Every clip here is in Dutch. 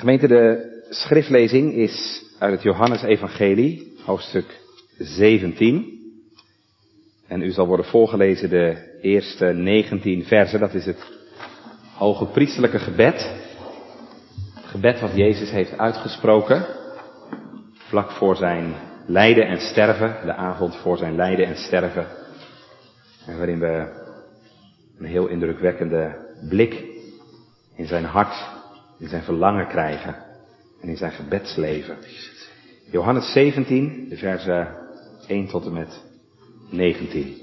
Gemeente, de schriftlezing is uit het Johannesevangelie, hoofdstuk 17. En u zal worden voorgelezen de eerste 19 versen. Dat is het hoge priesterlijke gebed. Het gebed wat Jezus heeft uitgesproken vlak voor zijn lijden en sterven, de avond voor zijn lijden en sterven. En waarin we een heel indrukwekkende blik in zijn hart, in zijn verlangen krijgen en in zijn gebedsleven. Johannes 17, de versen 1 tot en met 19.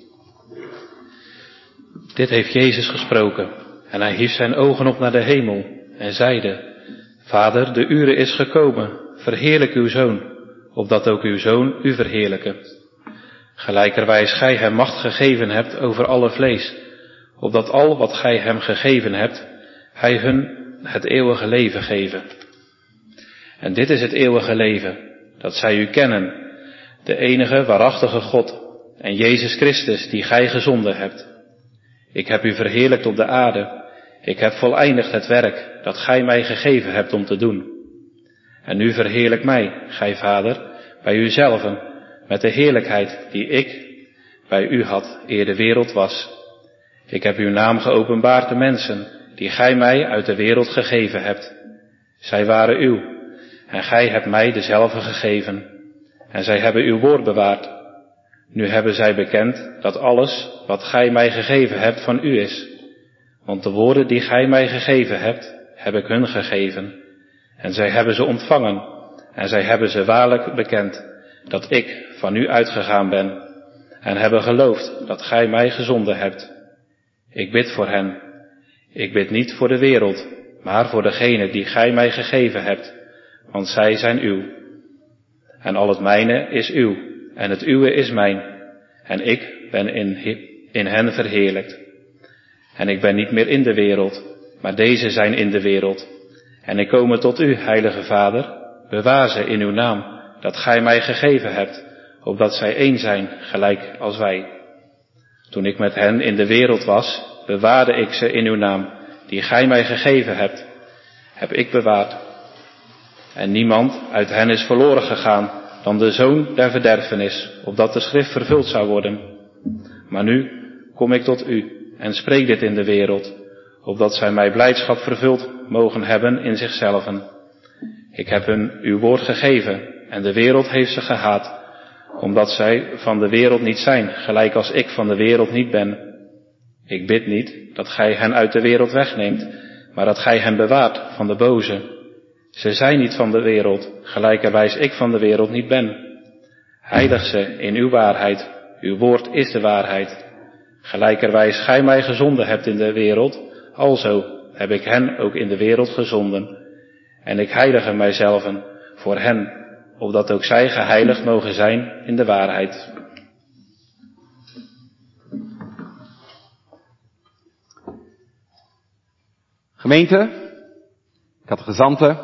Dit heeft Jezus gesproken en hij hief zijn ogen op naar de hemel en zeide: Vader, de ure is gekomen, verheerlijk uw Zoon, opdat ook uw Zoon u verheerlijke. Gelijkerwijs gij hem macht gegeven hebt over alle vlees, opdat al wat gij hem gegeven hebt, hij hun het eeuwige leven geven. En dit is het eeuwige leven, dat zij u kennen, de enige waarachtige God en Jezus Christus die gij gezonden hebt. Ik heb u verheerlijkt op de aarde, ik heb voleindigd het werk dat gij mij gegeven hebt om te doen. En nu verheerlijk mij, gij Vader, bij uzelven, met de heerlijkheid die ik bij u had eer de wereld was. Ik heb uw naam geopenbaard de mensen, die gij mij uit de wereld gegeven hebt. Zij waren uw, en gij hebt mij dezelfde gegeven. En zij hebben uw woord bewaard. Nu hebben zij bekend dat alles wat gij mij gegeven hebt van u is. Want de woorden die gij mij gegeven hebt, heb ik hun gegeven. En zij hebben ze ontvangen, en zij hebben ze waarlijk bekend, dat ik van u uitgegaan ben, en hebben geloofd dat gij mij gezonden hebt. Ik bid voor hen. Ik bid niet voor de wereld, maar voor degene die gij mij gegeven hebt, want zij zijn uw. En al het mijne is uw, en het uwe is mijn, en ik ben in hen verheerlijkt. En ik ben niet meer in de wereld, maar deze zijn in de wereld. En ik kom tot u, heilige Vader, bewaar ze in uw naam, dat gij mij gegeven hebt, opdat zij één zijn, gelijk als wij. Toen ik met hen in de wereld was, bewaarde ik ze in uw naam, die gij mij gegeven hebt, heb ik bewaard. En niemand uit hen is verloren gegaan dan de zoon der verderfenis, opdat de schrift vervuld zou worden. Maar nu kom ik tot u en spreek dit in de wereld, opdat zij mij blijdschap vervuld mogen hebben in zichzelven. Ik heb hun uw woord gegeven en de wereld heeft ze gehaat, omdat zij van de wereld niet zijn, gelijk als ik van de wereld niet ben. Ik bid niet dat gij hen uit de wereld wegneemt, maar dat gij hen bewaart van de boze. Ze zijn niet van de wereld, gelijkerwijs ik van de wereld niet ben. Heilig ze in uw waarheid, uw woord is de waarheid. Gelijkerwijs gij mij gezonden hebt in de wereld, alzo heb ik hen ook in de wereld gezonden. En ik heilige mijzelven voor hen, opdat ook zij geheiligd mogen zijn in de waarheid. Gemeente, catechisanten.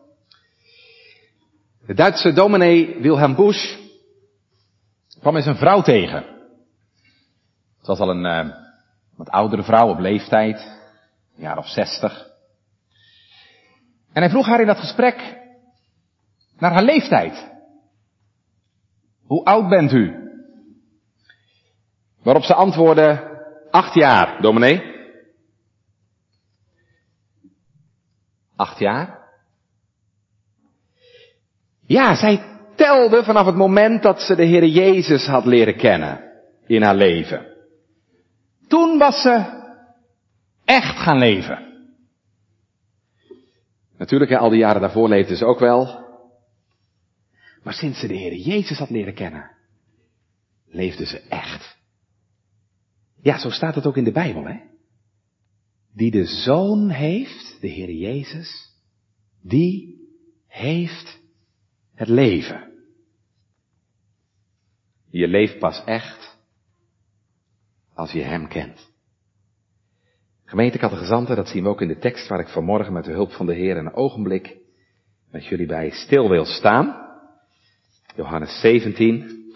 De Duitse dominee Wilhelm Busch kwam eens een vrouw tegen. Het was al een wat oudere vrouw op leeftijd, een jaar of 60. En hij vroeg haar in dat gesprek naar haar leeftijd. Hoe oud bent u? Waarop ze antwoordde: 8 jaar, dominee. 8 jaar? Ja, zij telde vanaf het moment dat ze de Heere Jezus had leren kennen in haar leven. Toen was ze echt gaan leven. Natuurlijk, al die jaren daarvoor leefde ze ook wel. Maar sinds ze de Heere Jezus had leren kennen, leefde ze echt. Ja, zo staat het ook in de Bijbel, hè? Die de Zoon heeft, de Heere Jezus, die heeft het leven. Je leeft pas echt als je hem kent. Gemeente catechizanten, dat zien we ook in de tekst waar ik vanmorgen met de hulp van de Heer een ogenblik met jullie bij stil wil staan. Johannes 17,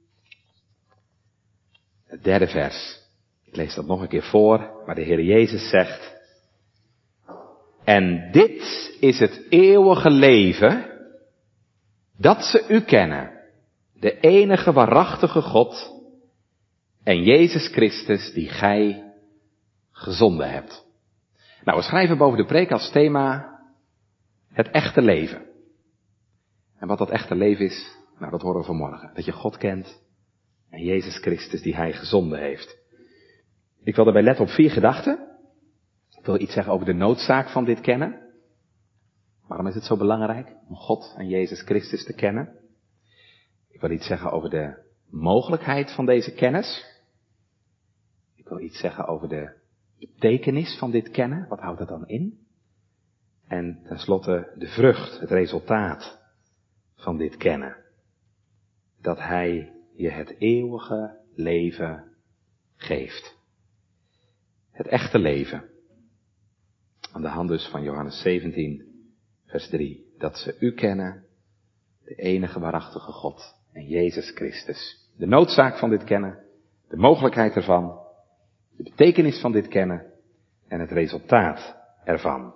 het 3e vers. Ik lees dat nog een keer voor, waar de Heer Jezus zegt: En dit is het eeuwige leven, dat ze u kennen, de enige waarachtige God en Jezus Christus die gij gezonden hebt. Nou, we schrijven boven de preek als thema het echte leven. En wat dat echte leven is, nou dat horen we vanmorgen. Dat je God kent en Jezus Christus die hij gezonden heeft. Ik wil daarbij letten op 4 gedachten. Ik wil iets zeggen over de noodzaak van dit kennen. Waarom is het zo belangrijk om God en Jezus Christus te kennen? Ik wil iets zeggen over de mogelijkheid van deze kennis. Ik wil iets zeggen over de betekenis van dit kennen. Wat houdt dat dan in? En tenslotte de vrucht, het resultaat van dit kennen. Dat hij je het eeuwige leven geeft. Het echte leven. Aan de hand dus van Johannes 17, vers 3. Dat ze u kennen, de enige waarachtige God en Jezus Christus. De noodzaak van dit kennen, de mogelijkheid ervan, de betekenis van dit kennen en het resultaat ervan.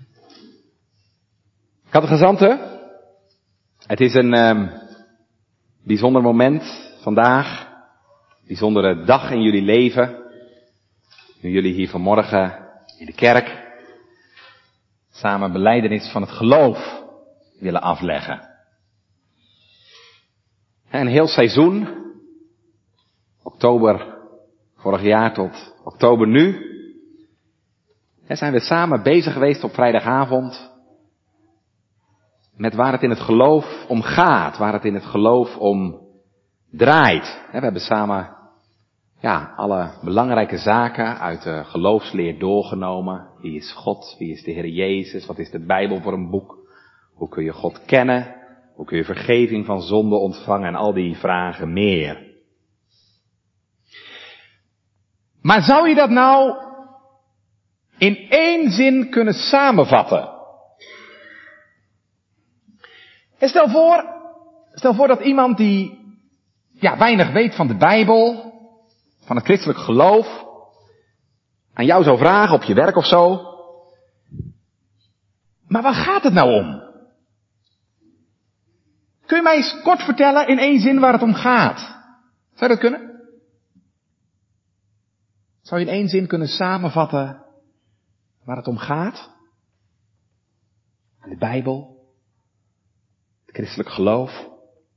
Catechizanten, het is een bijzonder moment vandaag, bijzondere dag in jullie leven. Nu jullie hier vanmorgen in de kerk samen belijdenis van het geloof willen afleggen. Een heel seizoen, oktober vorig jaar tot oktober nu, zijn we samen bezig geweest op vrijdagavond met waar het in het geloof om gaat, waar het in het geloof om draait. We hebben samen alle belangrijke zaken uit de geloofsleer doorgenomen. Wie is God? Wie is de Heer Jezus? Wat is de Bijbel voor een boek? Hoe kun je God kennen? Hoe kun je vergeving van zonde ontvangen? En al die vragen meer. Maar zou je dat nou in 1 zin kunnen samenvatten? En stel voor dat iemand die weinig weet van de Bijbel, van het christelijk geloof, aan jou zou vragen op je werk of zo. Maar waar gaat het nou om? Kun je mij eens kort vertellen in 1 zin waar het om gaat? Zou je dat kunnen? Zou je in 1 zin kunnen samenvatten waar het om gaat? De Bijbel, het christelijk geloof.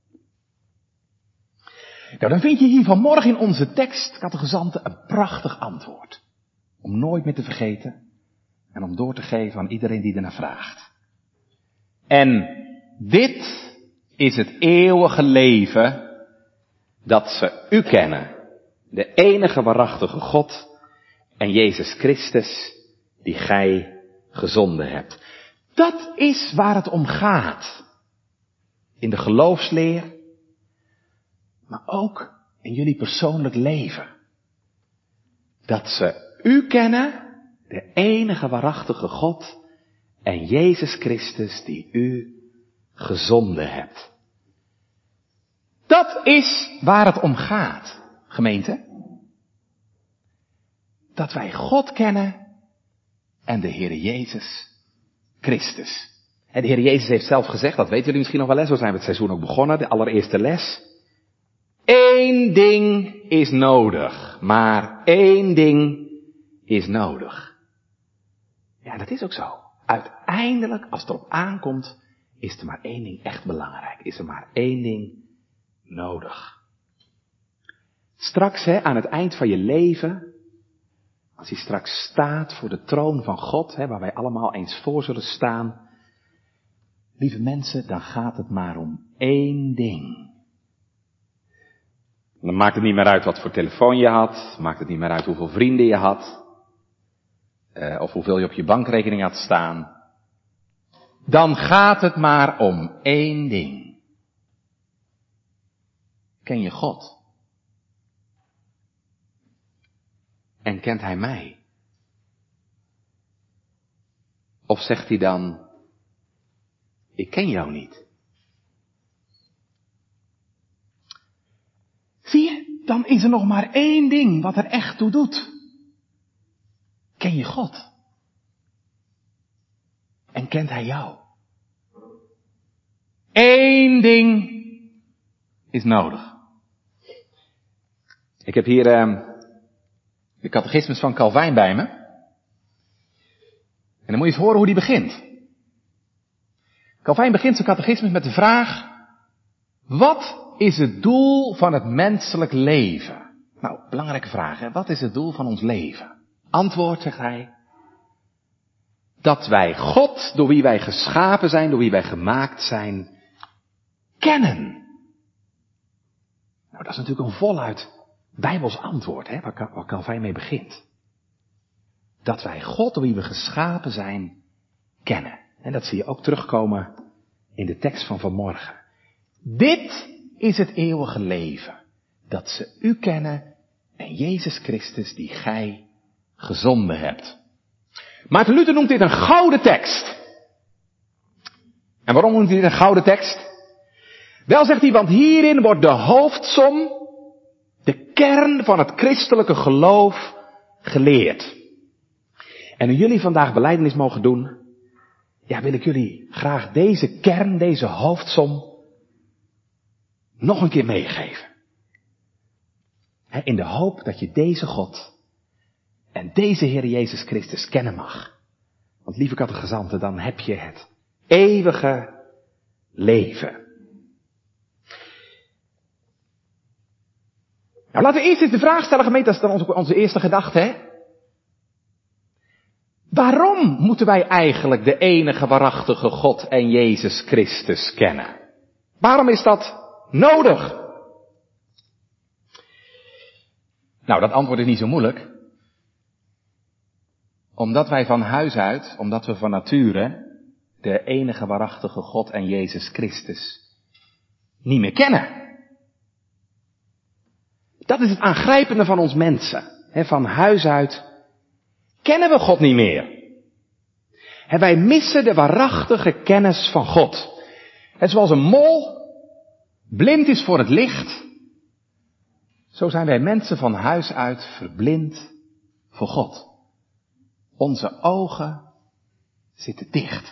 Nou, dan vind je hier vanmorgen in onze tekst, catechizanten, een prachtig antwoord. Om nooit meer te vergeten en om door te geven aan iedereen die ernaar vraagt. En dit is het eeuwige leven dat ze u kennen. De enige waarachtige God en Jezus Christus die gij gezonden hebt. Dat is waar het om gaat. In de geloofsleer, maar ook in jullie persoonlijk leven. Dat ze u kennen, de enige waarachtige God en Jezus Christus die u gezonden hebt. Dat is waar het om gaat, gemeente. Dat wij God kennen en de Heer Jezus Christus. En de Heer Jezus heeft zelf gezegd, dat weten jullie misschien nog wel, zo zijn we het seizoen ook begonnen, de allereerste les. 1 ding is nodig, maar 1 ding is nodig. Ja, dat is ook zo. Uiteindelijk, als het erop aankomt, is er maar 1 ding echt belangrijk. Is er maar 1 ding nodig. Straks, aan het eind van je leven, als je straks staat voor de troon van God, waar wij allemaal eens voor zullen staan. Lieve mensen, dan gaat het maar om 1 ding. Dan maakt het niet meer uit wat voor telefoon je had. Maakt het niet meer uit hoeveel vrienden je had. Of hoeveel je op je bankrekening had staan. Dan gaat het maar om 1 ding. Ken je God? En kent Hij mij? Of zegt Hij dan, ik ken jou niet? Zie je, dan is er nog maar 1 ding wat er echt toe doet. Ken je God? En kent hij jou? 1 ding is nodig. Ik heb hier de catechismus van Calvijn bij me. En dan moet je eens horen hoe die begint. Calvijn begint zijn catechismus met de vraag: wat is het doel van het menselijk leven? Nou, belangrijke vraag, hè? Wat is het doel van ons leven? Antwoord, zegt hij: dat wij God, door wie wij geschapen zijn, door wie wij gemaakt zijn, kennen. Nou, dat is natuurlijk een voluit Bijbels antwoord, hè, waar Calvijn mee begint. Dat wij God, door wie we geschapen zijn, kennen. En dat zie je ook terugkomen in de tekst van vanmorgen. Dit is het eeuwige leven, dat ze u kennen en Jezus Christus die gij gezonden hebt. Maarten Luther noemt dit een gouden tekst. En waarom noemt hij dit een gouden tekst? Wel, zegt hij, want hierin wordt de hoofdsom, de kern van het christelijke geloof geleerd. En nu jullie vandaag belijdenis mogen doen, ja, wil ik jullie graag deze kern, deze hoofdsom, nog een keer meegeven. In de hoop dat je deze God en deze Heer Jezus Christus kennen mag. Want lieve catechizanten, dan heb je het eeuwige leven. Nou, laten we eerst eens de vraag stellen, gemeente, dat is dan onze eerste gedachte, hè. Waarom moeten wij eigenlijk de enige waarachtige God en Jezus Christus kennen? Waarom is dat nodig? Nou, dat antwoord is niet zo moeilijk. Omdat wij van huis uit, omdat we van nature de enige waarachtige God en Jezus Christus niet meer kennen. Dat is het aangrijpende van ons mensen. Van huis uit kennen we God niet meer. Wij missen de waarachtige kennis van God. En zoals een mol blind is voor het licht, zo zijn wij mensen van huis uit verblind voor God. Onze ogen zitten dicht.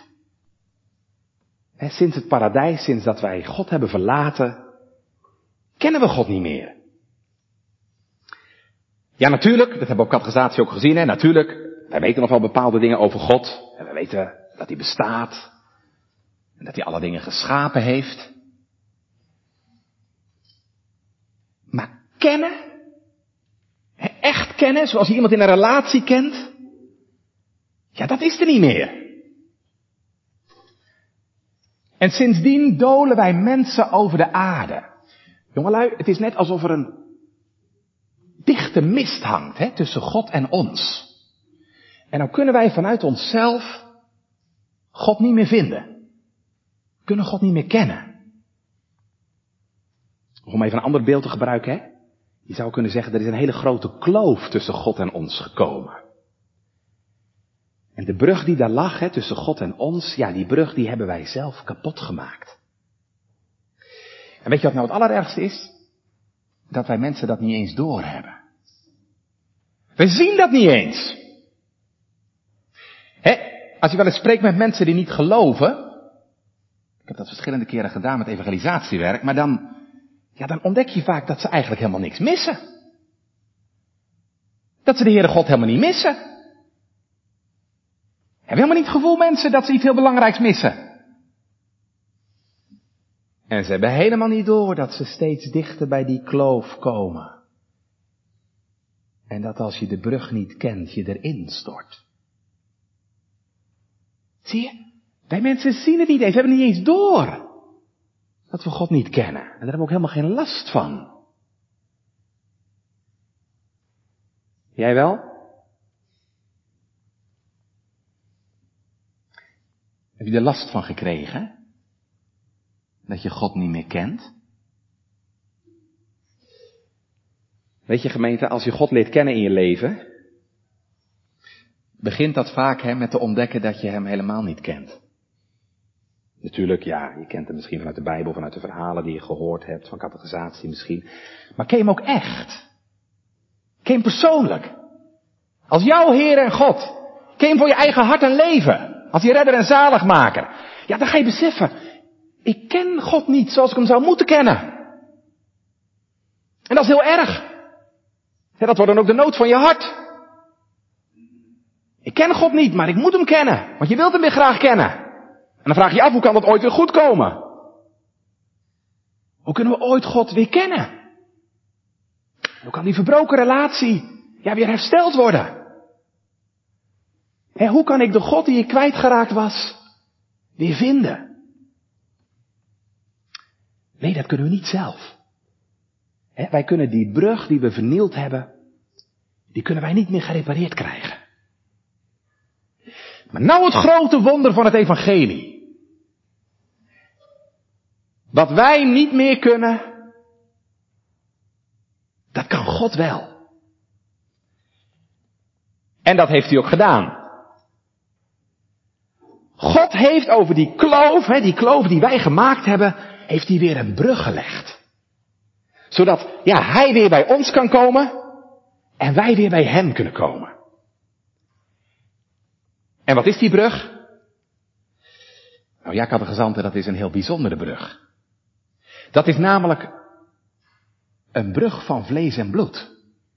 Sinds het paradijs, sinds dat wij God hebben verlaten, kennen we God niet meer. Ja, natuurlijk, dat hebben we op catechisatie ook gezien, hè. Natuurlijk, wij weten nog wel bepaalde dingen over God. En we weten dat hij bestaat. En dat hij alle dingen geschapen heeft. Maar kennen, echt kennen, zoals je iemand in een relatie kent, ja, dat is er niet meer. En sindsdien dolen wij mensen over de aarde. Jongelui, het is net alsof er een dichte mist hangt, tussen God en ons. En dan kunnen wij vanuit onszelf God niet meer vinden. We kunnen God niet meer kennen. Om even een ander beeld te gebruiken, hè. Je zou kunnen zeggen, er is een hele grote kloof tussen God en ons gekomen. En de brug die daar lag, tussen God en ons, ja, die brug die hebben wij zelf kapot gemaakt. En weet je wat nou het allerergste is? Dat wij mensen dat niet eens doorhebben. We zien dat niet eens. Als je wel eens spreekt met mensen die niet geloven, ik heb dat verschillende keren gedaan met evangelisatiewerk, maar dan ontdek je vaak dat ze eigenlijk helemaal niks missen. Dat ze de Heere God helemaal niet missen. Hebben helemaal niet het gevoel, mensen, dat ze iets heel belangrijks missen. En ze hebben helemaal niet door dat ze steeds dichter bij die kloof komen. En dat als je de brug niet kent, je erin stort. Zie je? Wij mensen zien het niet eens, we hebben niet eens door dat we God niet kennen. En daar hebben we ook helemaal geen last van. Jij wel? Heb je er last van gekregen? Dat je God niet meer kent? Weet je, gemeente, als je God leert kennen in je leven, begint dat vaak met te ontdekken dat je hem helemaal niet kent. Natuurlijk, ja, je kent hem misschien vanuit de Bijbel, vanuit de verhalen die je gehoord hebt, van catechisatie misschien. Maar ken je hem ook echt? Ken je hem persoonlijk? Als jouw Heer en God. Ken je hem voor je eigen hart en leven? als je redder en zaligmaker. Ja, dan ga je beseffen, ik ken God niet zoals ik hem zou moeten kennen. En dat is heel erg. Ja, dat wordt dan ook de nood van je hart. Ik ken God niet, maar ik moet hem kennen. Want je wilt hem weer graag kennen. En dan vraag je je af, hoe kan dat ooit weer goed komen? Hoe kunnen we ooit God weer kennen? Hoe kan die verbroken relatie weer hersteld worden? Hoe kan ik de God die ik kwijtgeraakt was, weer vinden? Nee, dat kunnen we niet zelf. Wij kunnen die brug die we vernield hebben, die kunnen wij niet meer gerepareerd krijgen. Maar nou het grote wonder van het evangelie. Wat wij niet meer kunnen, dat kan God wel. En dat heeft hij ook gedaan. God heeft over die kloof die wij gemaakt hebben, heeft hij weer een brug gelegd. Zodat, hij weer bij ons kan komen en wij weer bij hem kunnen komen. En wat is die brug? Nou ja, catechizanten, dat is een heel bijzondere brug. Dat is namelijk een brug van vlees en bloed.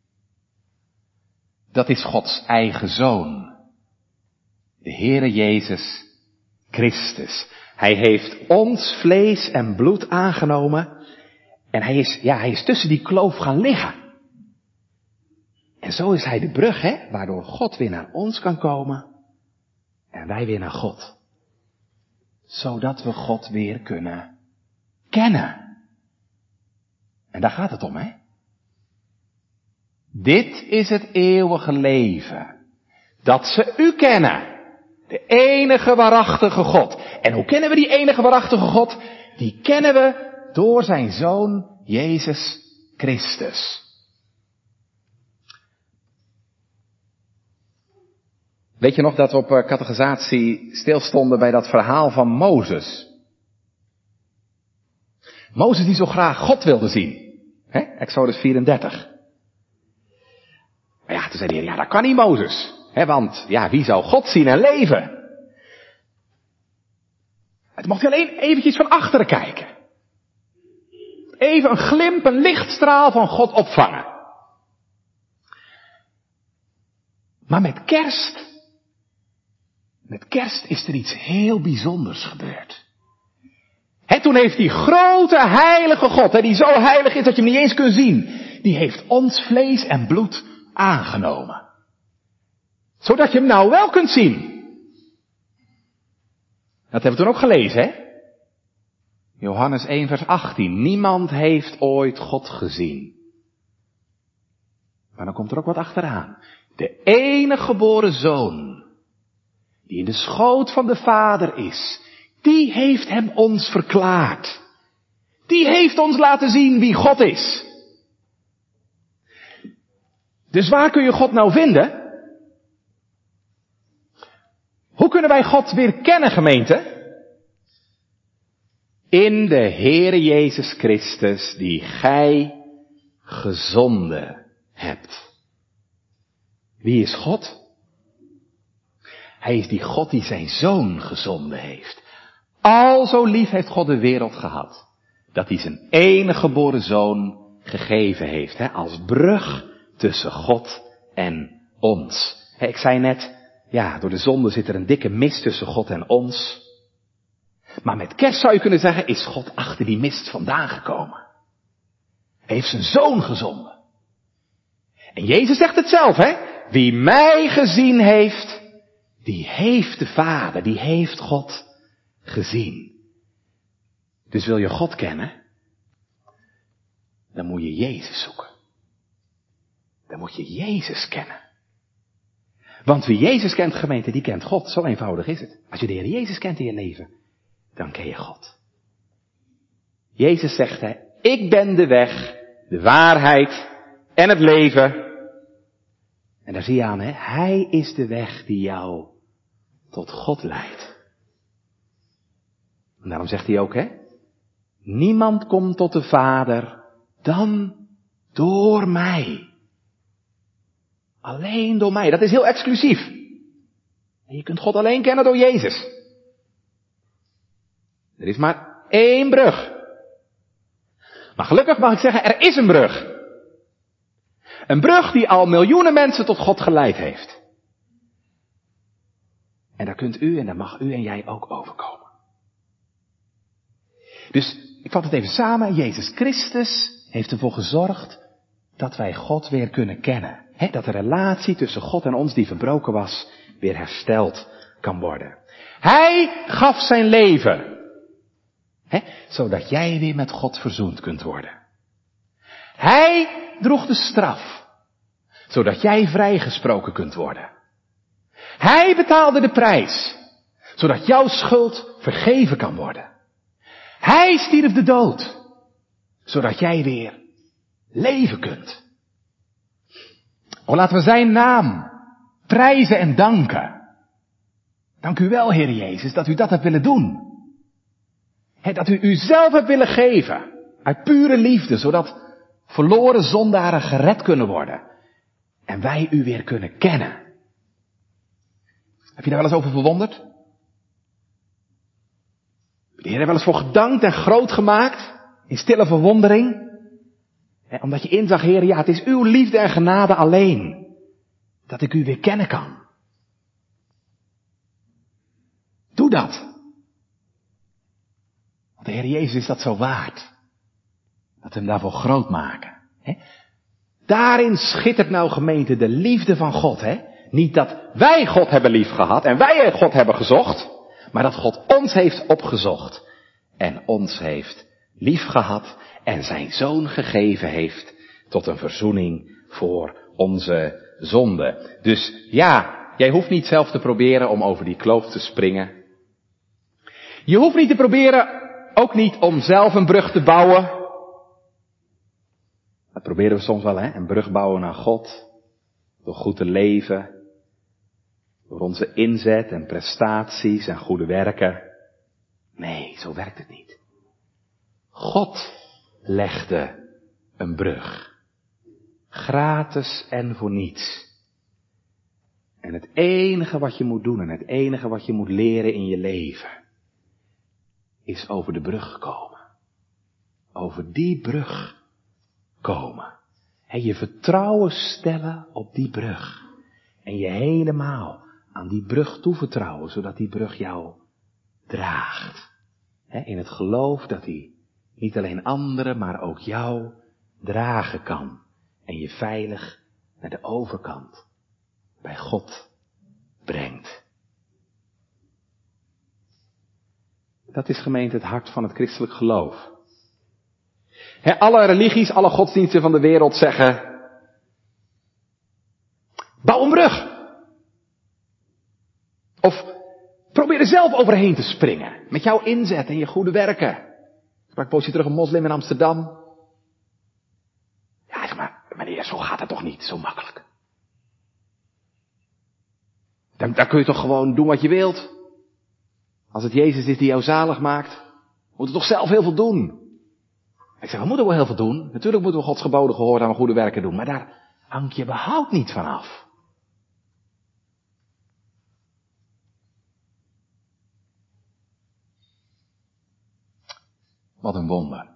Dat is Gods eigen Zoon. De Heere Jezus Christus. Hij heeft ons vlees en bloed aangenomen. En hij is tussen die kloof gaan liggen. En zo is hij de brug, waardoor God weer naar ons kan komen. En wij weer naar God. Zodat we God weer kunnen kennen. En daar gaat het om, Dit is het eeuwige leven. Dat ze u kennen. De enige waarachtige God. En hoe kennen we die enige waarachtige God? Die kennen we door zijn Zoon Jezus Christus. Weet je nog dat we op catechisatie stilstonden bij dat verhaal van Mozes? Mozes die zo graag God wilde zien. Exodus 34. Maar toen zei de Heer, dat kan niet Mozes. Want wie zou God zien en leven? Het mocht hij alleen eventjes van achteren kijken. Even een glimp, een lichtstraal van God opvangen. Maar met kerst is er iets heel bijzonders gebeurd. Toen heeft die grote heilige God, die zo heilig is dat je hem niet eens kunt zien, die heeft ons vlees en bloed aangenomen. Zodat je hem nou wel kunt zien. Dat hebben we toen ook gelezen, Johannes 1 vers 18. Niemand heeft ooit God gezien. Maar dan komt er ook wat achteraan. De enige geboren Zoon, die in de schoot van de Vader is, die heeft hem ons verklaard. Die heeft ons laten zien wie God is. Dus waar kun je God nou vinden? Hoe kunnen wij God weer kennen, gemeente? In de Heere Jezus Christus, die gij gezonden hebt. Wie is God? Hij is die God die zijn Zoon gezonden heeft. Al zo lief heeft God de wereld gehad, dat hij zijn enige geboren Zoon gegeven heeft, als brug tussen God en ons. Ik zei net, door de zonde zit er een dikke mist tussen God en ons. Maar met kerst zou je kunnen zeggen, is God achter die mist vandaan gekomen. Hij heeft zijn Zoon gezonden. En Jezus zegt het zelf, wie mij gezien heeft, die heeft de Vader, die heeft God gezien. Dus wil je God kennen, dan moet je Jezus zoeken. Dan moet je Jezus kennen. Want wie Jezus kent, gemeente, die kent God. Zo eenvoudig is het. Als je de Heer Jezus kent in je leven, dan ken je God. Jezus zegt, ik ben de weg, de waarheid en het leven. En daar zie je aan, hij is de weg die jou tot God leidt. En daarom zegt hij ook, niemand komt tot de Vader dan door mij. Alleen door mij. Dat is heel exclusief. En je kunt God alleen kennen door Jezus. Er is maar één brug. Maar gelukkig mag ik zeggen, er is een brug. Een brug die al miljoenen mensen tot God geleid heeft. En daar kunt u en daar mag u en jij ook overkomen. Dus ik vat het even samen. Jezus Christus heeft ervoor gezorgd dat wij God weer kunnen kennen. Dat de relatie tussen God en ons die verbroken was, weer hersteld kan worden. Hij gaf zijn leven. Zodat jij weer met God verzoend kunt worden. Hij droeg de straf. Zodat jij vrijgesproken kunt worden. Hij betaalde de prijs. Zodat jouw schuld vergeven kan worden. Hij stierf de dood. Zodat jij weer leven kunt. Oh, laten we zijn naam prijzen en danken. Dank u wel, Heer Jezus, dat u dat hebt willen doen. Dat u uzelf hebt willen geven. Uit pure liefde, zodat verloren zondaren gered kunnen worden. En wij u weer kunnen kennen. Heb je daar wel eens over verwonderd? Heb je de Heer er wel eens voor gedankt en groot gemaakt? In stille verwondering? Omdat je inzag, Heer, ja, het is uw liefde en genade alleen. Dat ik u weer kennen kan. Doe dat. Want de Heer Jezus is dat zo waard. Dat we hem daarvoor groot maken. Daarin schittert nou, gemeente, de liefde van God. Niet dat wij God hebben lief gehad en wij God hebben gezocht. Maar dat God ons heeft opgezocht. En ons heeft lief gehad. En zijn zoon gegeven heeft tot een verzoening voor onze zonde. Dus ja, jij hoeft niet zelf te proberen om over die kloof te springen. Je hoeft niet te proberen, ook niet om zelf een brug te bouwen. Dat proberen we soms wel, een brug bouwen naar God. Door goed te leven. Door onze inzet en prestaties en goede werken. Nee, zo werkt het niet. God legde een brug. Gratis en voor niets. En het enige wat je moet doen en het enige wat je moet leren in je leven, is over de brug komen. Over die brug komen. En je vertrouwen stellen op die brug. En je helemaal aan die brug toevertrouwen, zodat die brug jou draagt. In het geloof dat die niet alleen anderen, maar ook jou dragen kan. En je veilig naar de overkant bij God brengt. Dat is, gemeente, het hart van het christelijk geloof. Alle religies, alle godsdiensten van de wereld zeggen: bouw een brug. Of probeer er zelf overheen te springen. Met jouw inzet en je goede werken. Ik sprak een poosje terug een moslim in Amsterdam. Ja, zeg maar, meneer, zo gaat het toch niet, zo makkelijk. Dan kun je toch gewoon doen wat je wilt. Als het Jezus is die jou zalig maakt, moet je toch zelf heel veel doen. Ik zeg, we moeten wel heel veel doen. Natuurlijk moeten we Gods geboden gehoorzaam en goede werken doen. Maar daar hangt je behoud niet van af. Wat een wonder.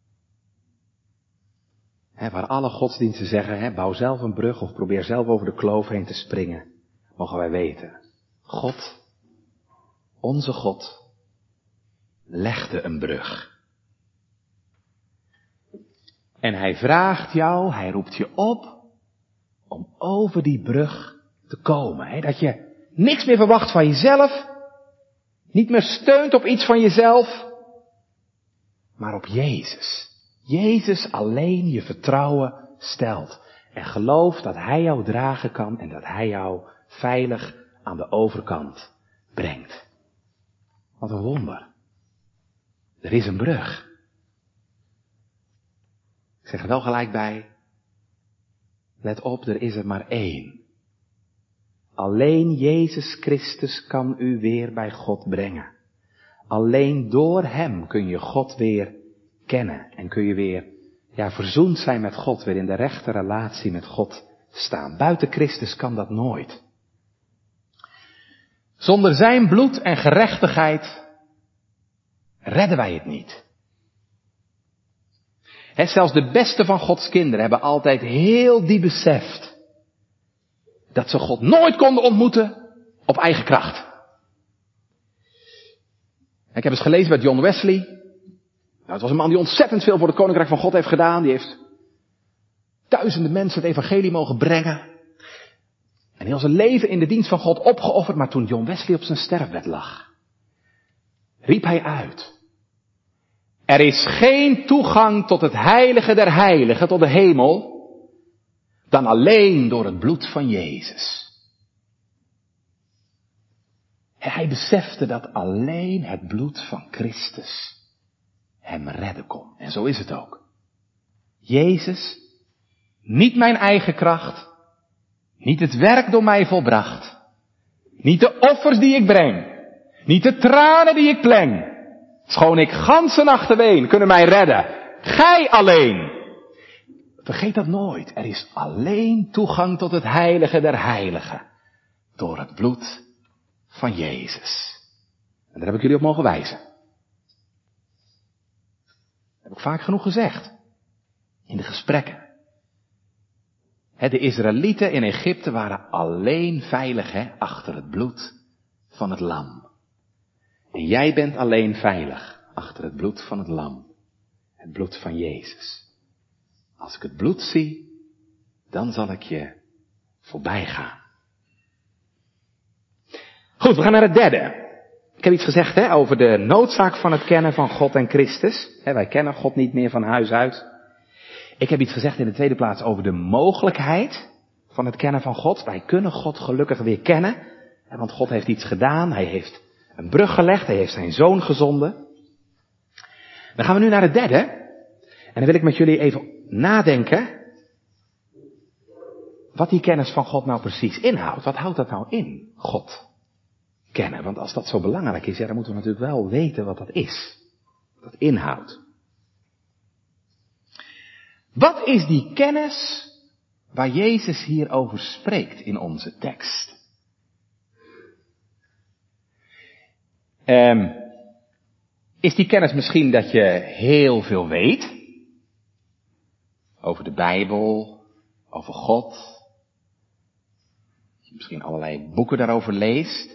Waar alle godsdiensten zeggen, bouw zelf een brug of probeer zelf over de kloof heen te springen. Mogen wij weten. God, onze God, legde een brug. En hij vraagt jou, hij roept je op om over die brug te komen. Dat je niks meer verwacht van jezelf, niet meer steunt op iets van jezelf, maar op Jezus. Jezus alleen je vertrouwen stelt en gelooft dat hij jou dragen kan en dat hij jou veilig aan de overkant brengt. Wat een wonder. Er is een brug. Ik zeg er wel gelijk bij, let op, er is er maar één. Alleen Jezus Christus kan u weer bij God brengen. Alleen door hem kun je God weer kennen en kun je weer verzoend zijn met God, weer in de rechte relatie met God staan. Buiten Christus kan dat nooit. Zonder zijn bloed en gerechtigheid redden wij het niet. Zelfs de beste van Gods kinderen hebben altijd heel diep beseft dat ze God nooit konden ontmoeten op eigen kracht. Ik heb eens gelezen bij John Wesley. Nou, het was een man die ontzettend veel voor het koninkrijk van God heeft gedaan. Die heeft duizenden mensen het evangelie mogen brengen. En heel zijn leven in de dienst van God opgeofferd. Maar toen John Wesley op zijn sterfbed lag, riep hij uit: er is geen toegang tot het heilige der heiligen, tot de hemel, dan alleen door het bloed van Jezus. Hij besefte dat alleen het bloed van Christus hem redden kon. En zo is het ook. Jezus, niet mijn eigen kracht, niet het werk door mij volbracht, niet de offers die ik breng, niet de tranen die ik pleng, schoon ik ganse nachten ween, kunnen mij redden. Gij alleen. Vergeet dat nooit. Er is alleen toegang tot het heilige der heiligen door het bloed van Jezus. En daar heb ik jullie op mogen wijzen. Dat heb ik vaak genoeg gezegd. In de gesprekken. De Israëlieten in Egypte waren alleen veilig achter het bloed van het lam. En jij bent alleen veilig achter het bloed van het lam. Het bloed van Jezus. Als ik het bloed zie, dan zal ik je voorbij gaan. Goed, we gaan naar het derde. Ik heb iets gezegd over de noodzaak van het kennen van God en Christus. Wij kennen God niet meer van huis uit. Ik heb iets gezegd in de tweede plaats over de mogelijkheid van het kennen van God. Wij kunnen God gelukkig weer kennen. Want God heeft iets gedaan. Hij heeft een brug gelegd. Hij heeft zijn zoon gezonden. Dan gaan we nu naar het derde. En dan wil ik met jullie even nadenken wat die kennis van God nou precies inhoudt. Wat houdt dat nou in, God kennen? Want als dat zo belangrijk is, dan moeten we natuurlijk wel weten wat dat is. Wat dat inhoudt. Wat is die kennis waar Jezus hier over spreekt in onze tekst? Is die kennis misschien dat je heel veel weet? Over de Bijbel, over God. Dat je misschien allerlei boeken daarover leest.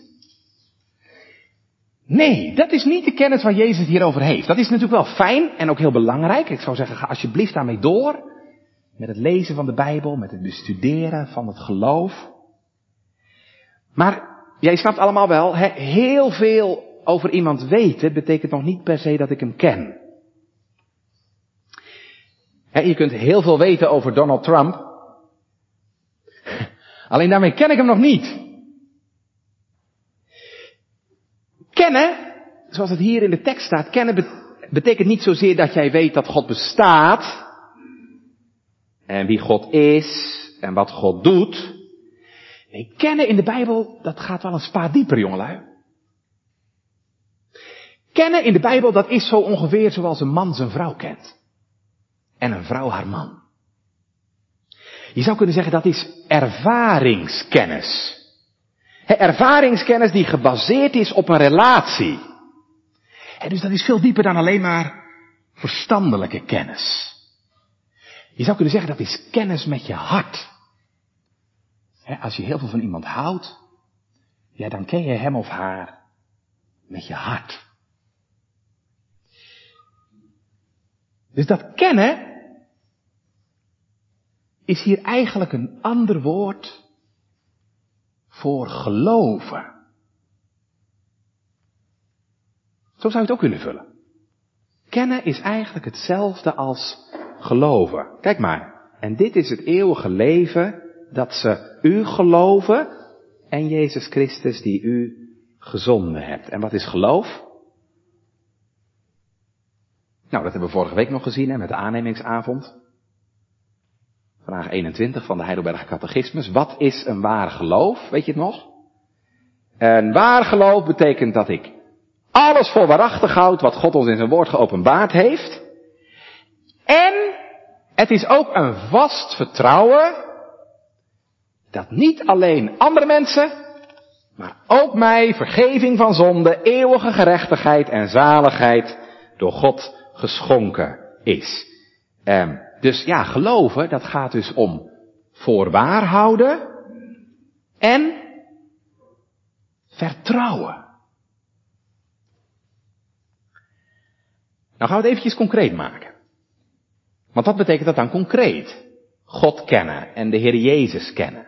Nee, dat is niet de kennis waar Jezus het hier over heeft. Dat is natuurlijk wel fijn en ook heel belangrijk. Ik zou zeggen, ga alsjeblieft daarmee door. Met het lezen van de Bijbel, met het bestuderen van het geloof. Maar, jij snapt allemaal wel, heel veel over iemand weten betekent nog niet per se dat ik hem ken. Je kunt heel veel weten over Donald Trump. Alleen daarmee ken ik hem nog niet. Kennen, zoals het hier in de tekst staat, kennen betekent niet zozeer dat jij weet dat God bestaat. En wie God is en wat God doet. Nee, kennen in de Bijbel, dat gaat wel een spa dieper, jongelui. Kennen in de Bijbel, dat is zo ongeveer zoals een man zijn vrouw kent. En een vrouw haar man. Je zou kunnen zeggen dat is ervaringskennis. Ervaringskennis die gebaseerd is op een relatie. Dus dat is veel dieper dan alleen maar verstandelijke kennis. Je zou kunnen zeggen dat is kennis met je hart. Als je heel veel van iemand houdt, ja, dan ken je hem of haar met je hart. Dus dat kennen is hier eigenlijk een ander woord voor geloven. Zo zou je het ook kunnen vullen. Kennen is eigenlijk hetzelfde als geloven. Kijk maar. En dit is het eeuwige leven dat ze u geloven en Jezus Christus die u gezonden hebt. En wat is geloof? Nou, dat hebben we vorige week nog gezien met de aannemingsavond. Vraag 21 van de Heidelberger Catechismus. Wat is een waar geloof? Weet je het nog? Een waar geloof betekent dat ik alles voor waarachtig houd wat God ons in zijn woord geopenbaard heeft. En het is ook een vast vertrouwen dat niet alleen andere mensen, maar ook mij vergeving van zonde, eeuwige gerechtigheid en zaligheid door God geschonken is. Dus ja, geloven, dat gaat dus om voorwaar houden en vertrouwen. Nou gaan we het eventjes concreet maken. Want wat betekent dat dan concreet? God kennen en de Heer Jezus kennen.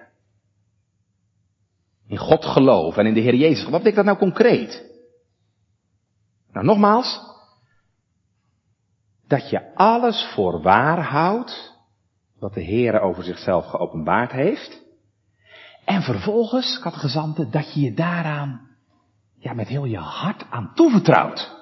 In God geloven en in de Heer Jezus. Wat betekent dat nou concreet? Nou nogmaals, dat je alles voor waar houdt wat de Heer over zichzelf geopenbaard heeft. En vervolgens, catechizanten, dat je je daaraan met heel je hart aan toevertrouwt.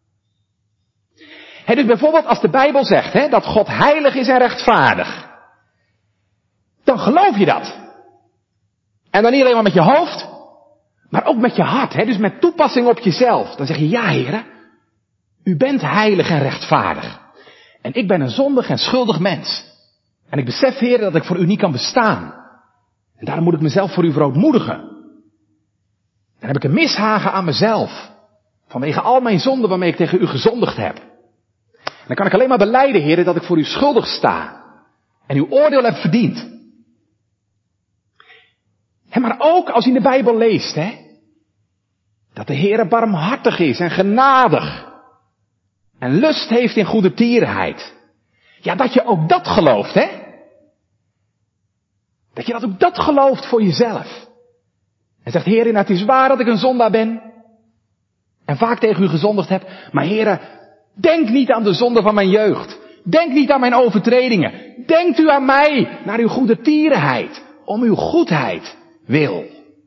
Dus bijvoorbeeld als de Bijbel zegt dat God heilig is en rechtvaardig. Dan geloof je dat. En dan niet alleen maar met je hoofd, maar ook met je hart. Dus met toepassing op jezelf. Dan zeg je, ja Heere, u bent heilig en rechtvaardig. En ik ben een zondig en schuldig mens. En ik besef, Heere, dat ik voor u niet kan bestaan. En daarom moet ik mezelf voor u verootmoedigen. Dan heb ik een mishagen aan mezelf. Vanwege al mijn zonden waarmee ik tegen u gezondigd heb. En dan kan ik alleen maar belijden, Heere, dat ik voor u schuldig sta. En uw oordeel heb verdiend. Maar ook als je in de Bijbel leest, dat de Heere barmhartig is en genadig. En lust heeft in goede tierenheid. Ja, dat je ook dat gelooft, Dat je dat ook dat gelooft voor jezelf. En zegt, Heere, nou, het is waar dat ik een zondaar ben. En vaak tegen u gezondigd heb. Maar Heere, denk niet aan de zonde van mijn jeugd. Denk niet aan mijn overtredingen. Denkt u aan mij, naar uw goede tierenheid. Om uw goedheid wil.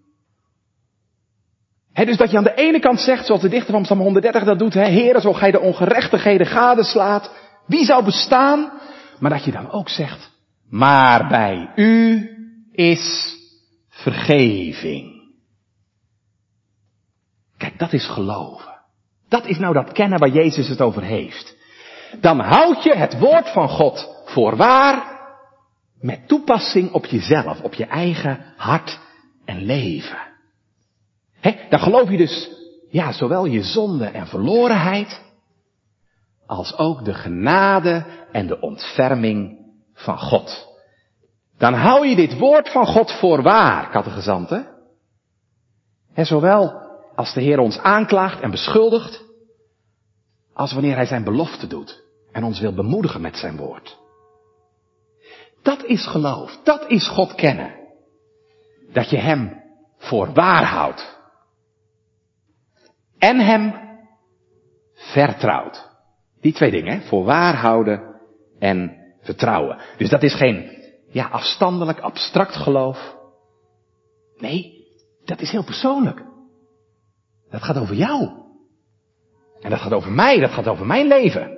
Dus dat je aan de ene kant zegt, zoals de dichter van Psalm 130 dat doet. Heere, zo gij de ongerechtigheden gadeslaat. Wie zou bestaan? Maar dat je dan ook zegt, maar bij u is vergeving. Kijk, dat is geloven. Dat is nou dat kennen waar Jezus het over heeft. Dan houd je het woord van God voor waar, met toepassing op jezelf, op je eigen hart en leven. Dan geloof je dus, zowel je zonde en verlorenheid, als ook de genade en de ontferming van God. Dan hou je dit woord van God voor waar, catechizanten. Zowel als de Heer ons aanklaagt en beschuldigt, als wanneer Hij zijn belofte doet en ons wil bemoedigen met zijn woord. Dat is geloof, dat is God kennen. Dat je Hem voor waar houdt. En Hem vertrouwt. Die twee dingen, voor waar houden en vertrouwen. Dus dat is geen afstandelijk, abstract geloof. Nee, dat is heel persoonlijk. Dat gaat over jou. En dat gaat over mij, dat gaat over mijn leven.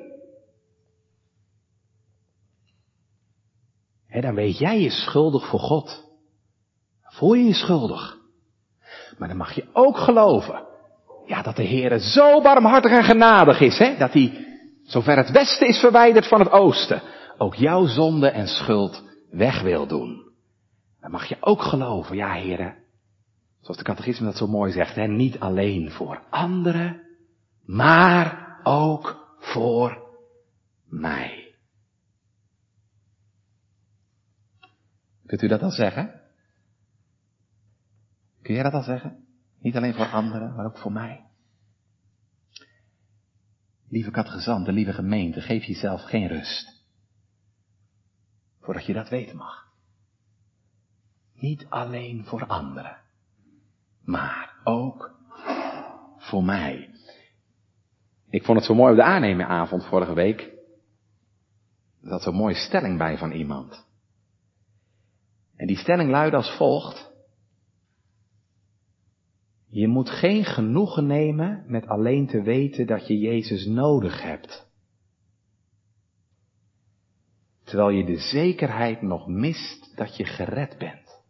Dan weet jij je schuldig voor God. Voel je je schuldig. Maar dan mag je ook geloven. Dat de Heere zo barmhartig en genadig is. Dat Hij, zover het westen is verwijderd van het oosten, ook jouw zonde en schuld weg wil doen. Dan mag je ook geloven. Ja, Heere. Zoals de catechisme dat zo mooi zegt. Niet alleen voor anderen, maar ook voor mij. Kunt u dat al zeggen? Kun jij dat al zeggen? Niet alleen voor anderen, maar ook voor mij. Lieve catechizanten, lieve gemeente, geef jezelf geen rust. Voordat je dat weten mag. Niet alleen voor anderen, maar ook voor mij. Ik vond het zo mooi op de aannemeravond vorige week. Er zat zo'n mooie stelling bij van iemand. En die stelling luidde als volgt. Je moet geen genoegen nemen met alleen te weten dat je Jezus nodig hebt. Terwijl je de zekerheid nog mist dat je gered bent.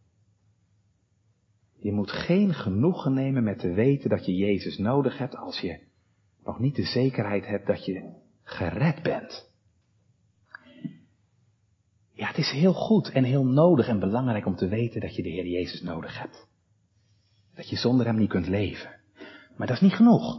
Je moet geen genoegen nemen met te weten dat je Jezus nodig hebt als je nog niet de zekerheid hebt dat je gered bent. Ja, het is heel goed en heel nodig en belangrijk om te weten dat je de Heer Jezus nodig hebt. Dat je zonder hem niet kunt leven. Maar dat is niet genoeg.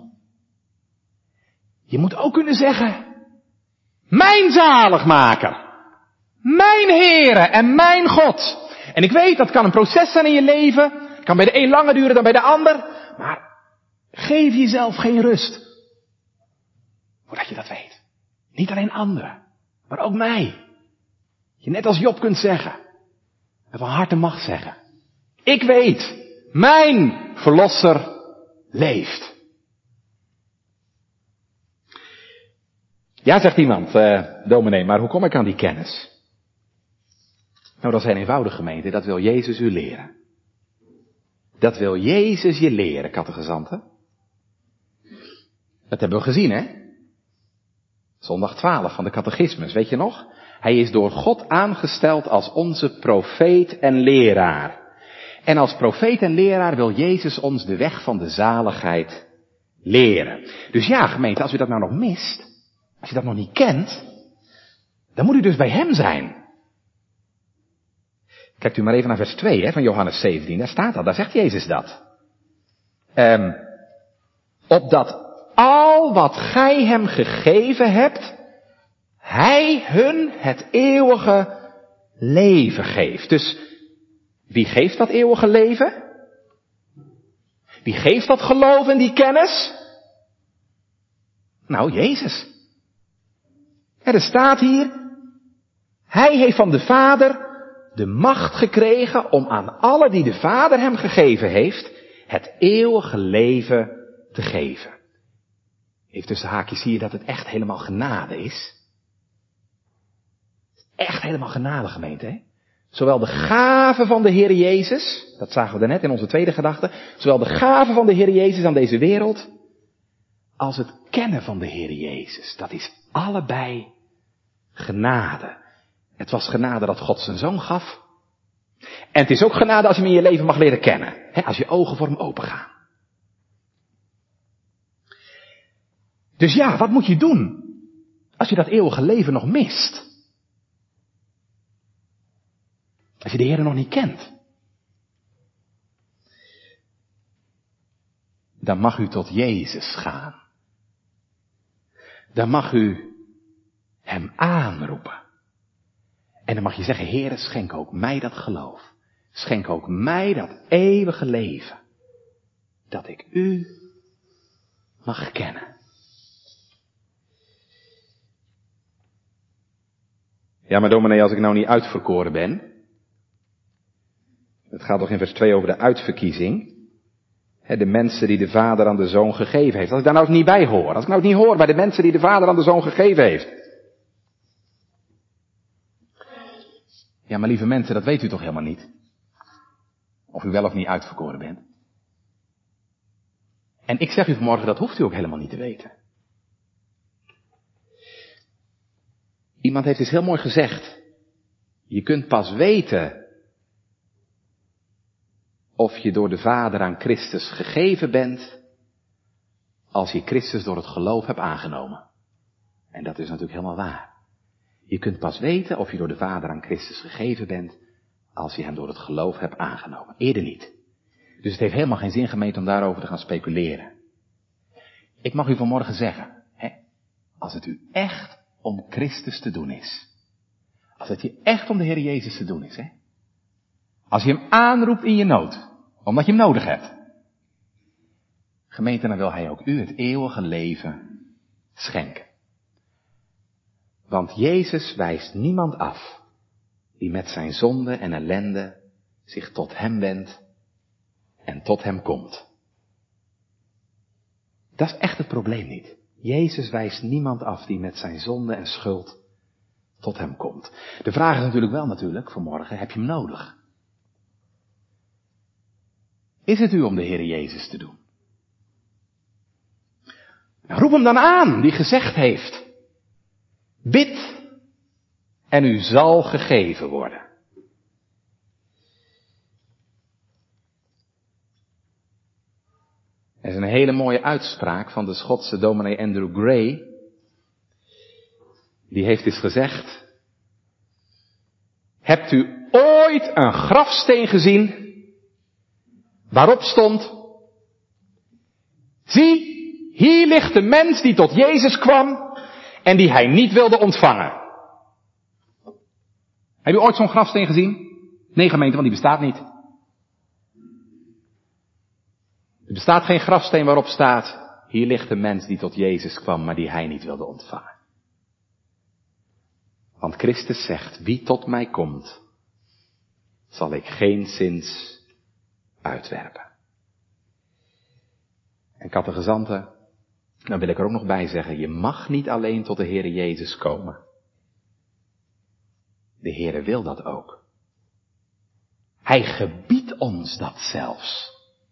Je moet ook kunnen zeggen, mijn zaligmaker, mijn Heere en mijn God. En ik weet, dat kan een proces zijn in je leven. Het kan bij de een langer duren dan bij de ander. Maar geef jezelf geen rust. Voordat je dat weet. Niet alleen anderen, maar ook mij. Je net als Job kunt zeggen. En van harte mag zeggen. Ik weet, mijn verlosser leeft. Ja, zegt iemand, dominee, maar hoe kom ik aan die kennis? Nou, dat is een eenvoudige, gemeente, dat wil Jezus u leren. Dat wil Jezus je leren, catechizanten. Dat hebben we gezien, hè? Zondag 12 van de catechismus, weet je nog? Hij is door God aangesteld als onze profeet en leraar. En als profeet en leraar wil Jezus ons de weg van de zaligheid leren. Dus ja, gemeente, als u dat nou nog mist, als je dat nog niet kent, dan moet u dus bij hem zijn. Kijkt u maar even naar vers 2 van Johannes 17, daar staat dat, daar zegt Jezus dat. Opdat al wat gij hem gegeven hebt, hij hun het eeuwige leven geeft. Dus wie geeft dat eeuwige leven? Wie geeft dat geloof en die kennis? Nou, Jezus. Er staat hier, hij heeft van de Vader de macht gekregen om aan alle die de Vader hem gegeven heeft, het eeuwige leven te geven. Even tussen haakjes zie je dat het echt helemaal genade is. Echt helemaal genade, gemeente, hè? Zowel de gave van de Heer Jezus, dat zagen we daarnet in onze tweede gedachte, zowel de gave van de Heer Jezus aan deze wereld, als het kennen van de Heer Jezus. Dat is allebei genade. Het was genade dat God zijn zoon gaf. En het is ook genade als je hem in je leven mag leren kennen. Hè, als je ogen voor hem open gaan. Dus ja, wat moet je doen als je dat eeuwige leven nog mist? Als je de Heer nog niet kent. Dan mag u tot Jezus gaan. Dan mag u hem aanroepen. En dan mag je zeggen, Heere, schenk ook mij dat geloof. Schenk ook mij dat eeuwige leven. Dat ik u mag kennen. Ja, maar dominee, als ik nou niet uitverkoren ben. Het gaat toch in vers 2 over de uitverkiezing. De mensen die de Vader aan de Zoon gegeven heeft. Als ik daar nou eens niet bij hoor. Als ik nou eens niet hoor bij de mensen die de Vader aan de Zoon gegeven heeft. Ja, maar lieve mensen, dat weet u toch helemaal niet? Of u wel of niet uitverkoren bent. En ik zeg u vanmorgen, dat hoeft u ook helemaal niet te weten. Iemand heeft eens heel mooi gezegd. Je kunt pas weten of je door de Vader aan Christus gegeven bent, als je Christus door het geloof hebt aangenomen. En dat is natuurlijk helemaal waar. Je kunt pas weten of je door de Vader aan Christus gegeven bent, als je hem door het geloof hebt aangenomen. Eerder niet. Dus het heeft helemaal geen zin, gemeente, om daarover te gaan speculeren. Ik mag u vanmorgen zeggen, als het u echt om Christus te doen is, als het je echt om de Heer Jezus te doen is, als je hem aanroept in je nood, omdat je hem nodig hebt, gemeente, dan wil hij ook u het eeuwige leven schenken. Want Jezus wijst niemand af die met zijn zonde en ellende zich tot hem wendt en tot hem komt. Dat is echt het probleem niet. Jezus wijst niemand af die met zijn zonde en schuld tot hem komt. De vraag is natuurlijk wel vanmorgen, heb je hem nodig? Is het u om de Heer Jezus te doen? Nou, roep hem dan aan, die gezegd heeft, bid en u zal gegeven worden. Er is een hele mooie uitspraak van de Schotse dominee Andrew Gray. Die heeft eens gezegd, hebt u ooit een grafsteen gezien waarop stond: zie, hier ligt de mens die tot Jezus kwam en die hij niet wilde ontvangen. Heb je ooit zo'n grafsteen gezien? Nee, gemeente, want die bestaat niet. Er bestaat geen grafsteen waarop staat: hier ligt de mens die tot Jezus kwam, maar die hij niet wilde ontvangen. Want Christus zegt: wie tot mij komt, zal ik geenszins uitwerpen. En catechizanten, dan wil ik er ook nog bij zeggen: je mag niet alleen tot de Heere Jezus komen. De Heere wil dat ook. Hij gebiedt ons dat zelfs.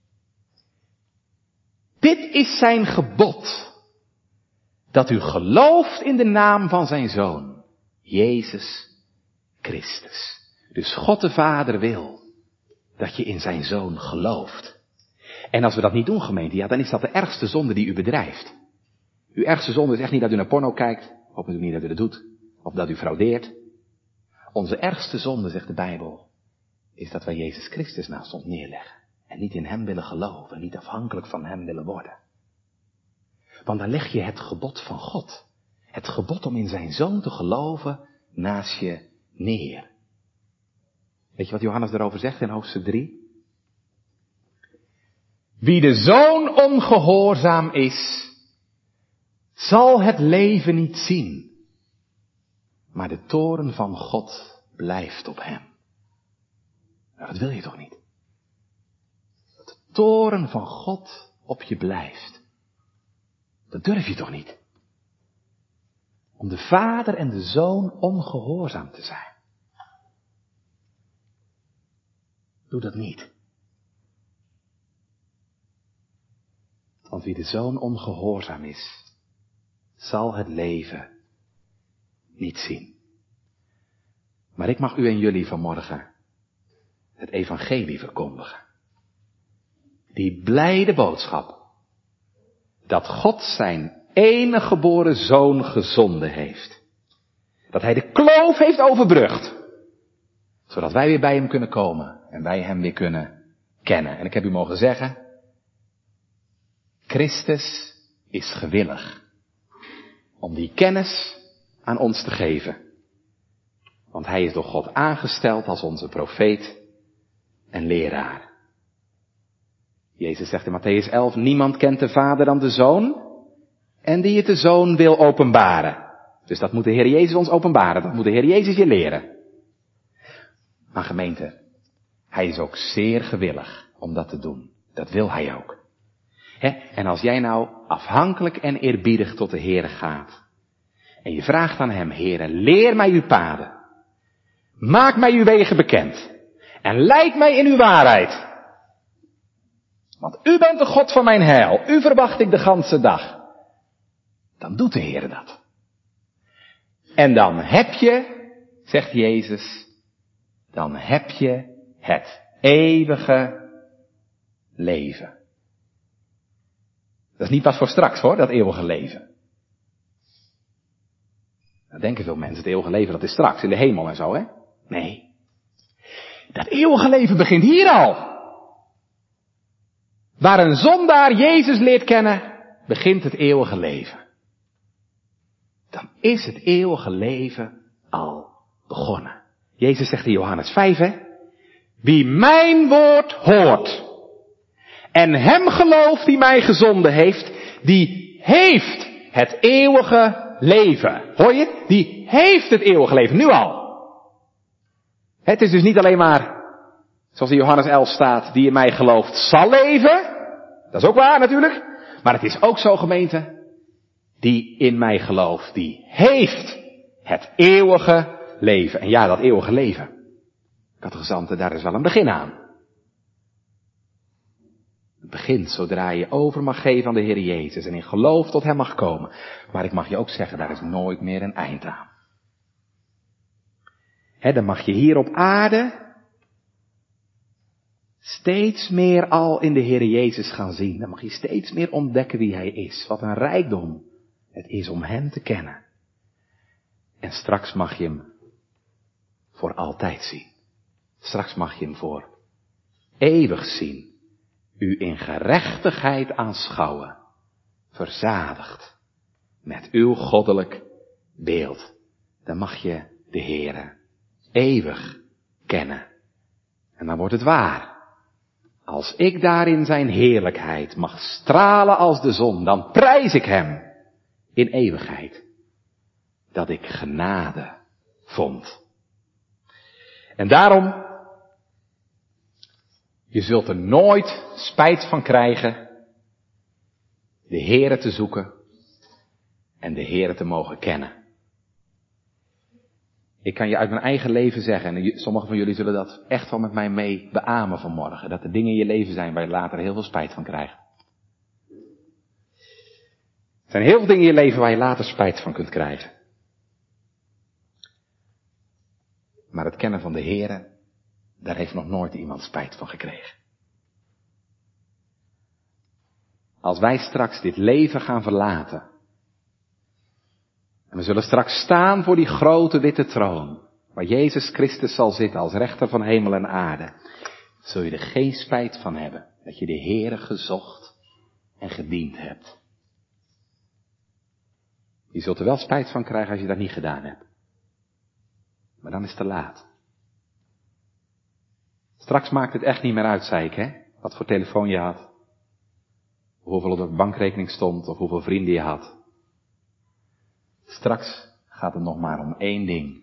Dit is zijn gebod, dat u gelooft in de naam van zijn Zoon, Jezus Christus. Dus God de Vader wil dat je in zijn Zoon gelooft. En als we dat niet doen, gemeente, ja, dan is dat de ergste zonde die u bedrijft. Uw ergste zonde is echt niet dat u naar porno kijkt, of natuurlijk niet dat u dat doet, of dat u fraudeert. Onze ergste zonde, zegt de Bijbel, is dat wij Jezus Christus naast ons neerleggen. En niet in hem willen geloven, en niet afhankelijk van hem willen worden. Want dan leg je het gebod van God, het gebod om in zijn Zoon te geloven, naast je neer. Weet je wat Johannes daarover zegt in hoofdstuk 3? Wie de Zoon ongehoorzaam is, zal het leven niet zien. Maar de toorn van God blijft op hem. Nou, dat wil je toch niet? Dat de toorn van God op je blijft. Dat durf je toch niet? Om de Vader en de Zoon ongehoorzaam te zijn. Doe dat niet. Want wie de Zoon ongehoorzaam is, zal het leven niet zien. Maar ik mag u en jullie vanmorgen het evangelie verkondigen. Die blijde boodschap dat God zijn enige geboren Zoon gezonden heeft. Dat hij de kloof heeft overbrugd. Zodat wij weer bij hem kunnen komen en wij hem weer kunnen kennen. En ik heb u mogen zeggen, Christus is gewillig om die kennis aan ons te geven. Want hij is door God aangesteld als onze profeet en leraar. Jezus zegt in Mattheüs 11, niemand kent de Vader dan de Zoon en die het de Zoon wil openbaren. Dus dat moet de Heer Jezus ons openbaren, dat moet de Heer Jezus je leren. Maar gemeente, hij is ook zeer gewillig om dat te doen. Dat wil hij ook. En als jij nou afhankelijk en eerbiedig tot de Heere gaat en je vraagt aan hem, Heere, leer mij uw paden, maak mij uw wegen bekend en leid mij in uw waarheid. Want u bent de God van mijn heil, u verwacht ik de ganse dag. Dan doet de Heere dat. En dan heb je, zegt Jezus, dan heb je het eeuwige leven. Dat is niet pas voor straks hoor, dat eeuwige leven. Dan denken veel mensen, het eeuwige leven dat is straks, in de hemel en zo hè. Nee. Dat eeuwige leven begint hier al. Waar een zondaar Jezus leert kennen, begint het eeuwige leven. Dan is het eeuwige leven al begonnen. Jezus zegt in Johannes 5 hè. Wie mijn woord hoort en hem gelooft die mij gezonden heeft, die heeft het eeuwige leven. Hoor je? Die heeft het eeuwige leven, nu al. Het is dus niet alleen maar, zoals in Johannes 11 staat, die in mij gelooft zal leven. Dat is ook waar natuurlijk. Maar het is ook zo, gemeente, die in mij gelooft, die heeft het eeuwige leven. En ja, dat eeuwige leven, catechizanten, daar is wel een begin aan. Het begint zodra je over mag geven aan de Heer Jezus en in geloof tot hem mag komen. Maar ik mag je ook zeggen, daar is nooit meer een eind aan. Dan mag je hier op aarde steeds meer al in de Heer Jezus gaan zien. Dan mag je steeds meer ontdekken wie hij is. Wat een rijkdom het is om hem te kennen. En straks mag je hem voor altijd zien. Straks mag je hem voor eeuwig zien. u in gerechtigheid aanschouwen, verzadigd met uw goddelijk beeld. Dan mag je de Heere eeuwig kennen. En dan wordt het waar. Als ik daar in zijn heerlijkheid mag stralen als de zon, dan prijs ik hem in eeuwigheid dat ik genade vond. En daarom, je zult er nooit spijt van krijgen de Heere te zoeken en de Heere te mogen kennen. Ik kan je uit mijn eigen leven zeggen, en sommigen van jullie zullen dat echt wel met mij mee beamen vanmorgen, dat er dingen in je leven zijn waar je later heel veel spijt van krijgt. Er zijn heel veel dingen in je leven waar je later spijt van kunt krijgen. Maar het kennen van de Heere, daar heeft nog nooit iemand spijt van gekregen. Als wij straks dit leven gaan verlaten, en we zullen straks staan voor die grote witte troon, waar Jezus Christus zal zitten als rechter van hemel en aarde, zul je er geen spijt van hebben dat je de Heere gezocht en gediend hebt. Je zult er wel spijt van krijgen als je dat niet gedaan hebt. Maar dan is het te laat. Straks maakt het echt niet meer uit, zei ik, hè? Wat voor telefoon je had. Hoeveel op de bankrekening stond of hoeveel vrienden je had. Straks gaat het nog maar om één ding.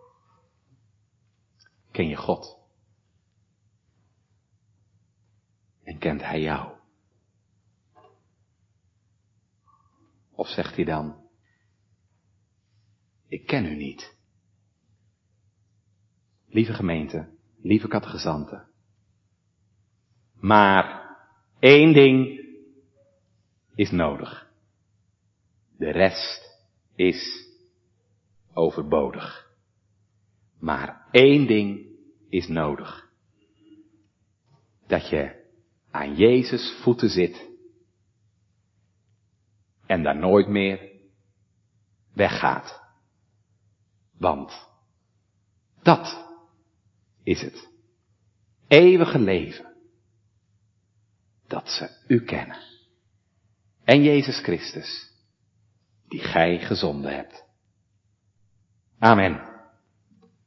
Ken je God? En kent Hij jou? Of zegt Hij dan, ik ken u niet. Lieve gemeente, lieve catechizanten. Maar één ding is nodig. De rest is overbodig. Maar één ding is nodig. Dat je aan Jezus voeten zit en daar nooit meer weggaat. Want dat is het eeuwige leven. Dat ze u kennen. En Jezus Christus, die gij gezonden hebt. Amen.